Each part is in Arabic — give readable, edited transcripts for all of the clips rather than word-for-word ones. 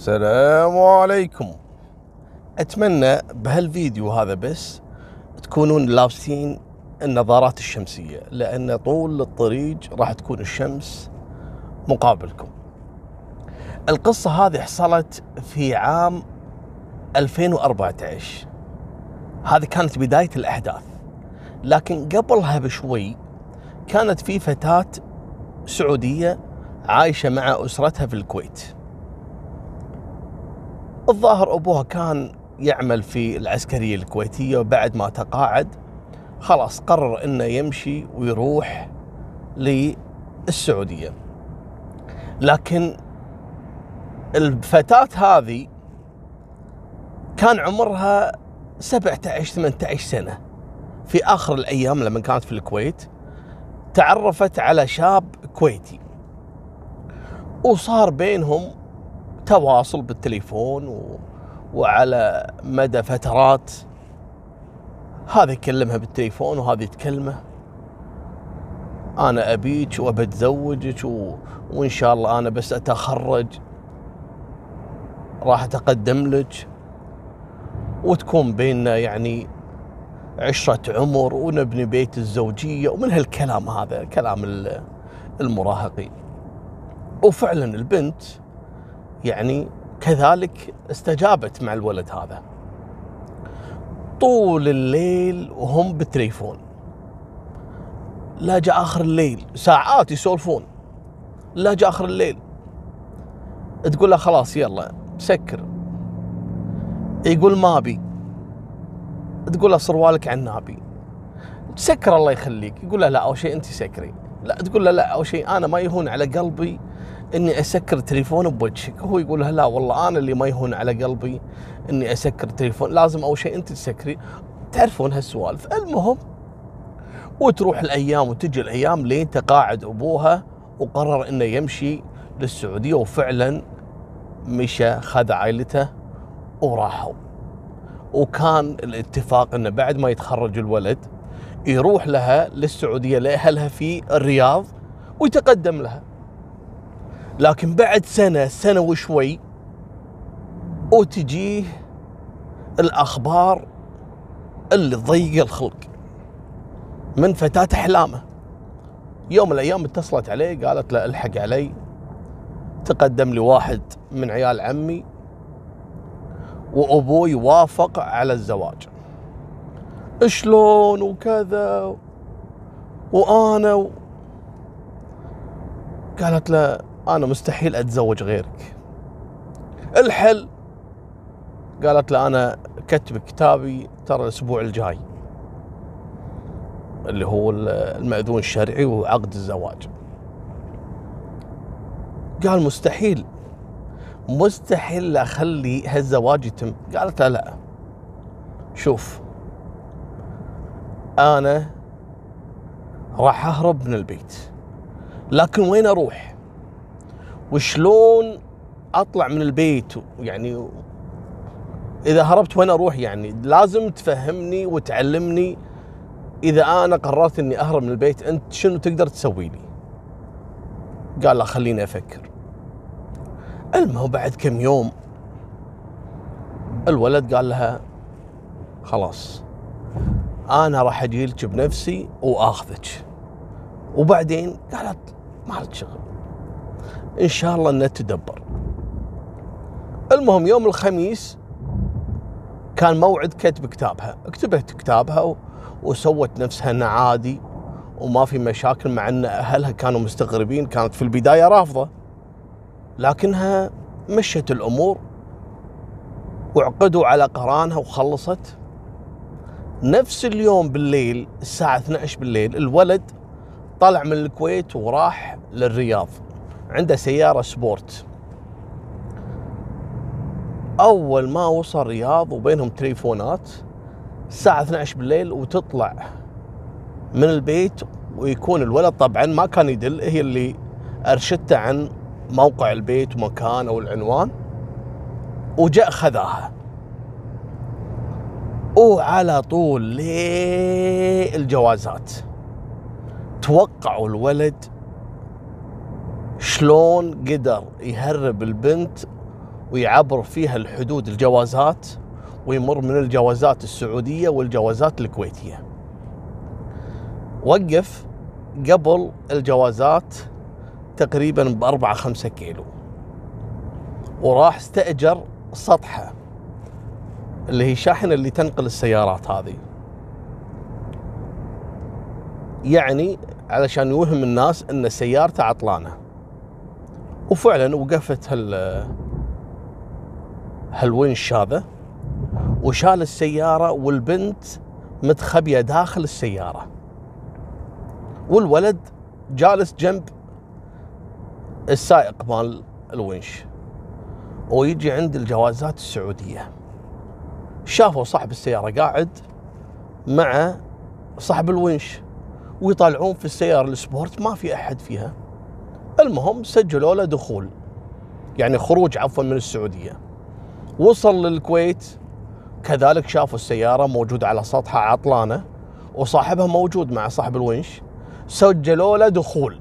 السلام عليكم. أتمنى بهالفيديو هذا بس تكونون لابسين النظارات الشمسية، لأن طول الطريق راح تكون الشمس مقابلكم. القصة هذه حصلت في عام 2014، هذه كانت بداية الأحداث. لكن قبلها بشوي كانت في فتاة سعودية عايشة مع أسرتها في الكويت. الظاهر أبوها كان يعمل في العسكرية الكويتية، وبعد ما تقاعد خلاص قرر إنه يمشي ويروح للسعودية. لكن الفتاة هذه كان عمرها 17-18 سنة. في آخر الأيام لما كانت في الكويت تعرفت على شاب كويتي، وصار بينهم تواصل بالتليفون وعلى مدى فترات. هذا يكلمها بالتليفون وهذه تكلمه، أنا أبيك وبتزوجك وإن شاء الله أنا بس أتخرج راح أتقدم لك، وتكون بيننا يعني عشرة عمر ونبني بيت الزوجية، ومن هالكلام هذا كلام المراهقين. وفعلا البنت يعني كذلك استجابت مع الولد هذا. طول الليل وهم بالتليفون، لا جاء آخر الليل ساعات يسولفون، لا جاء آخر الليل تقول له خلاص يلا سكر، يقول ما أبي، تقول له صروالك عنابي، سكر الله يخليك، يقول له لا أول شيء أنت سكري، لا تقول له لا أول شيء أنا ما يهون على قلبي إني أسكر تليفون بوجهك، هو يقول لها لا والله أنا اللي ما يهون على قلبي إني أسكر تليفون، لازم أول شيء أنت تسكري. تعرفون هالسوالف. المهم وتروح الأيام وتجي الأيام لين تقاعد أبوها وقرر إنه يمشي للسعودية، وفعلا مشى خذ عائلته وراحوا. وكان الاتفاق إنه بعد ما يتخرج الولد يروح لها للسعودية لأهلها في الرياض ويتقدم لها. لكن بعد سنة وشوي وتجيه الأخبار اللي تضيق الخلق من فتاة أحلامه. يوم من الأيام اتصلت عليه قالت له الحق علي، تقدم لي واحد من عيال عمي وأبوي وافق على الزواج. شلون وكذا وأنا قالت له أنا مستحيل أتزوج غيرك. الحل قالت له أنا كتب كتابي ترى الأسبوع الجاي اللي هو المأذون الشرعي وعقد الزواج. قال مستحيل أخلي هالزواج يتم. قالت له لا شوف أنا راح أهرب من البيت، لكن وين أروح وشلون أطلع من البيت، يعني إذا هربت وين أروح، يعني لازم تفهمني وتعلمني. إذا أنا قررت إني أهرب من البيت أنت شنو تقدر تسوي لي؟ قال لا خليني أفكر. المهم بعد كم يوم الولد قال لها خلاص أنا راح أجيلك بنفسي وآخذك. وبعدين قالت ما لك شغل، إن شاء الله نتدبر. المهم يوم الخميس كان موعد كتب كتابها، كتبت كتابها وسوت نفسها أنها عادي وما في مشاكل، مع أن أهلها كانوا مستغربين. كانت في البداية رافضة، لكنها مشت الأمور وعقدوا على قرانها وخلصت. نفس اليوم بالليل الساعة 12 بالليل الولد طلع من الكويت وراح للرياض، عنده سيارة سبورت. أول ما وصل الرياض وبينهم تليفونات الساعة 12 بالليل وتطلع من البيت، ويكون الولد طبعا ما كان يدل، هي اللي أرشدته عن موقع البيت ومكان أو العنوان، وجاء خذاها. وعلى طول للجوازات توقعوا الولد شلون قدر يهرب البنت ويعبر فيها الحدود الجوازات، ويمر من الجوازات السعودية والجوازات الكويتية. وقف قبل الجوازات تقريبا ب4-5 كيلو، وراح استأجر سطحة اللي هي شاحنة اللي تنقل السيارات هذه، يعني علشان يوهم الناس ان سيارته عطلانة. وفعلا وقفت هالونش هذا وشال السيارة، والبنت متخبية داخل السيارة، والولد جالس جنب السائق مال الونش. ويجي عند الجوازات السعودية، شافوا صاحب السيارة قاعد مع صاحب الونش، ويطالعون في السيارة السبورت ما في أحد فيها. المهم سجلوا له دخول، يعني خروج عفوا، من السعودية. وصل للكويت كذلك، شافوا السيارة موجودة على سطحها عطلانة، وصاحبها موجود مع صاحب الونش، سجلوا له دخول.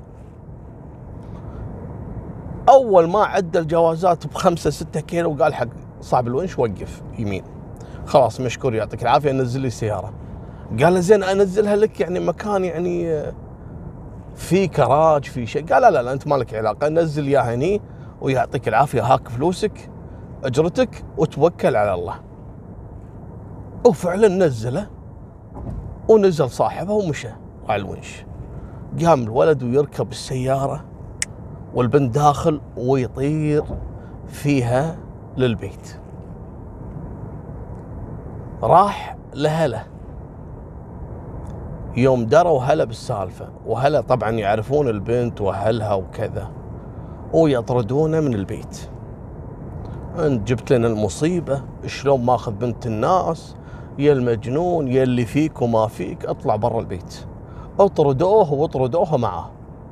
أول ما عدى الجوازات ب5-6 كيلو قال حق صاحب الونش وقف يمين، خلاص مشكور يعطيك العافية، نزل لي السيارة. قال له زين أنزلها لك يعني مكان يعني في كراج في شيء؟ قال لا لا أنت مالك علاقة، نزل إياها هني ويعطيك العافية، هاك فلوسك أجرتك وتوكل على الله. وفعلا نزله، ونزل صاحبه ومشى على الونش. قام الولد ويركب السيارة والبنت داخل، ويطير فيها للبيت. راح لهله، يوم دروا هلا بالسالفة، وهلا طبعا يعرفون البنت وأهلها وكذا، ويطردونه من البيت. انت جبت لنا المصيبة، شلون ماخذ بنت الناس، يا المجنون، يا اللي فيك وما فيك، اطلع برا البيت. اطردوه واطردوها معاه،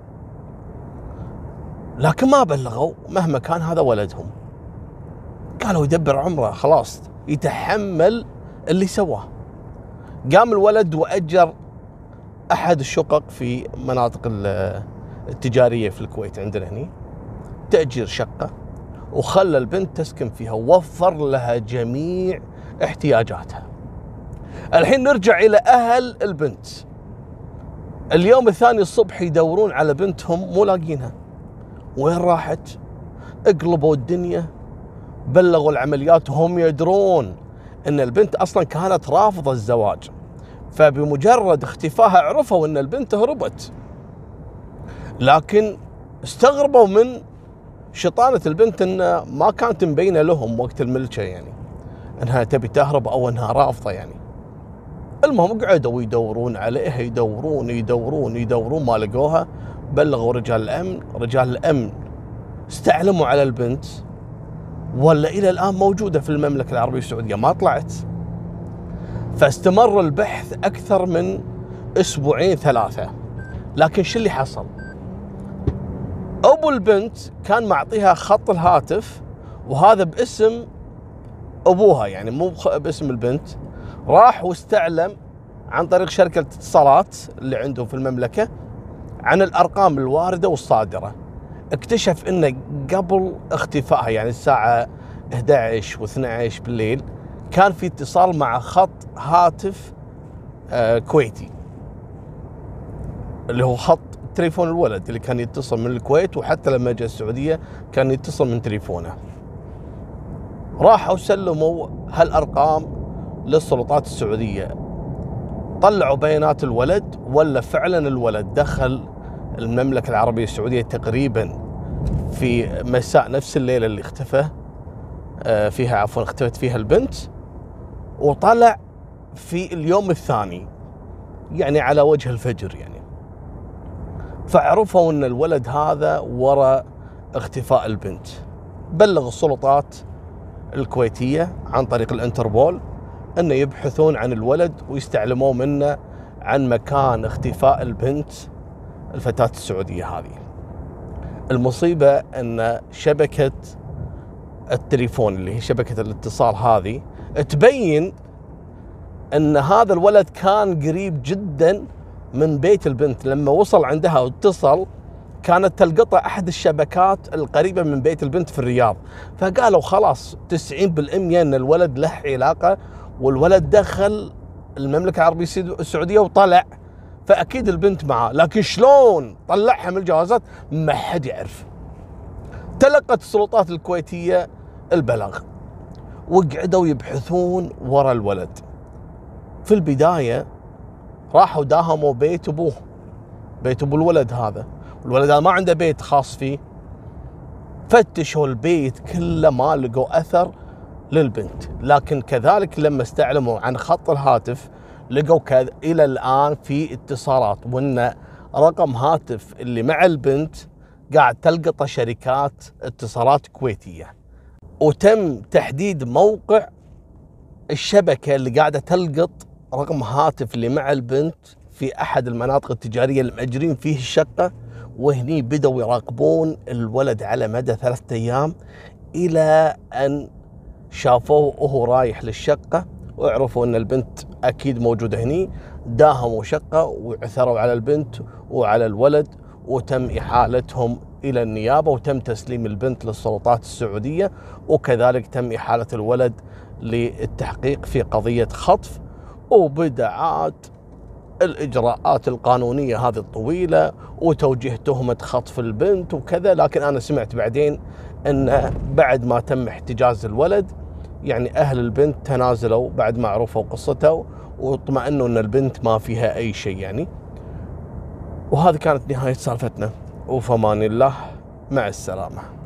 لكن ما بلغوا مهما كان هذا ولدهم. قالوا يدبر عمره، خلاص يتحمل اللي سواه. قام الولد وأجر أحد الشقق في مناطق التجارية في الكويت عندنا هني، تأجير شقة، وخلى البنت تسكن فيها، ووفر لها جميع احتياجاتها. الحين نرجع إلى أهل البنت. اليوم الثاني الصبح يدورون على بنتهم مو لاقينها، وين راحت؟ اقلبوا الدنيا، بلغوا العمليات، وهم يدرون ان البنت اصلا كانت رافضة الزواج، فبمجرد اختفائها عرفوا ان البنت هربت. لكن استغربوا من شطانة البنت ان ما كانت مبينة لهم وقت الملكة، يعني انها تبي تهرب او انها رافضة يعني. المهم قعدوا يدورون عليها، يدورون ما لقوها. بلغوا رجال الامن، رجال الامن استعلموا على البنت، ولا الى الان موجودة في المملكة العربية السعودية ما طلعت. فاستمر البحث اكثر من 2-3 أسبوع. لكن شو اللي حصل؟ ابو البنت كان معطيها خط الهاتف، وهذا باسم ابوها يعني مو باسم البنت. راح واستعلم عن طريق شركة الاتصالات اللي عندهم في المملكة عن الارقام الواردة والصادرة. اكتشف انه قبل اختفائها، يعني الساعة 11 و12 بالليل، كان في اتصال مع خط هاتف كويتي، اللي هو خط تليفون الولد اللي كان يتصل من الكويت، وحتى لما جاء السعودية كان يتصل من تليفونه. راحوا سلموا هالأرقام للسلطات السعودية، طلعوا بيانات الولد، ولا فعلا الولد دخل المملكة العربية السعودية تقريبا في مساء نفس الليلة اللي اختفت فيها البنت، وطلع في اليوم الثاني يعني على وجه الفجر يعني. فعرفوا ان الولد هذا وراء اختفاء البنت. بلغ السلطات الكويتية عن طريق الانتربول انه يبحثون عن الولد ويستعلموا منه عن مكان اختفاء البنت الفتاة السعودية هذه. المصيبة ان شبكة التليفون اللي هي شبكة الاتصال هذه تبين ان هذا الولد كان قريب جدا من بيت البنت. لما وصل عندها واتصل كانت تلقطه أحد الشبكات القريبة من بيت البنت في الرياض. فقالوا خلاص 90% أن الولد له علاقة، والولد دخل المملكة العربية السعودية وطلع، فأكيد البنت معاه. لكن شلون طلعها من الجوازات ما حد يعرف. تلقت السلطات الكويتية البلاغ وقعدوا يبحثون ورا الولد. في البداية راحوا داهموا بيت أبوه، بيت أبو الولد هذا، الولد هذا ما عنده بيت خاص فيه. فتشوا البيت كله ما لقوا أثر للبنت. لكن كذلك لما استعلموا عن خط الهاتف لقوا إلى الآن في اتصالات، وأن رقم هاتف اللي مع البنت قاعد تلقطه شركات اتصالات كويتية. وتم تحديد موقع الشبكة اللي قاعدة تلقط رقم هاتف اللي مع البنت في أحد المناطق التجارية اللي مأجرين فيه الشقة. وهني بدأوا يراقبون الولد على مدى 3 أيام، إلى أن شافوه وهو رايح للشقة وعرفوا أن البنت أكيد موجودة هني. داهموا شقة وعثروا على البنت وعلى الولد، وتم إحالتهم إلى النيابة، وتم تسليم البنت للسلطات السعودية، وكذلك تم إحالة الولد للتحقيق في قضية خطف. وبدأ عاد الإجراءات القانونية هذه الطويلة وتوجيه تهمة خطف البنت وكذا. لكن أنا سمعت بعدين أن بعد ما تم احتجاز الولد، يعني أهل البنت تنازلوا بعد ما عرفوا قصته واطمأنوا أن البنت ما فيها أي شيء يعني. وهذه كانت نهاية سالفتنا، وفمان الله، مع السلامة.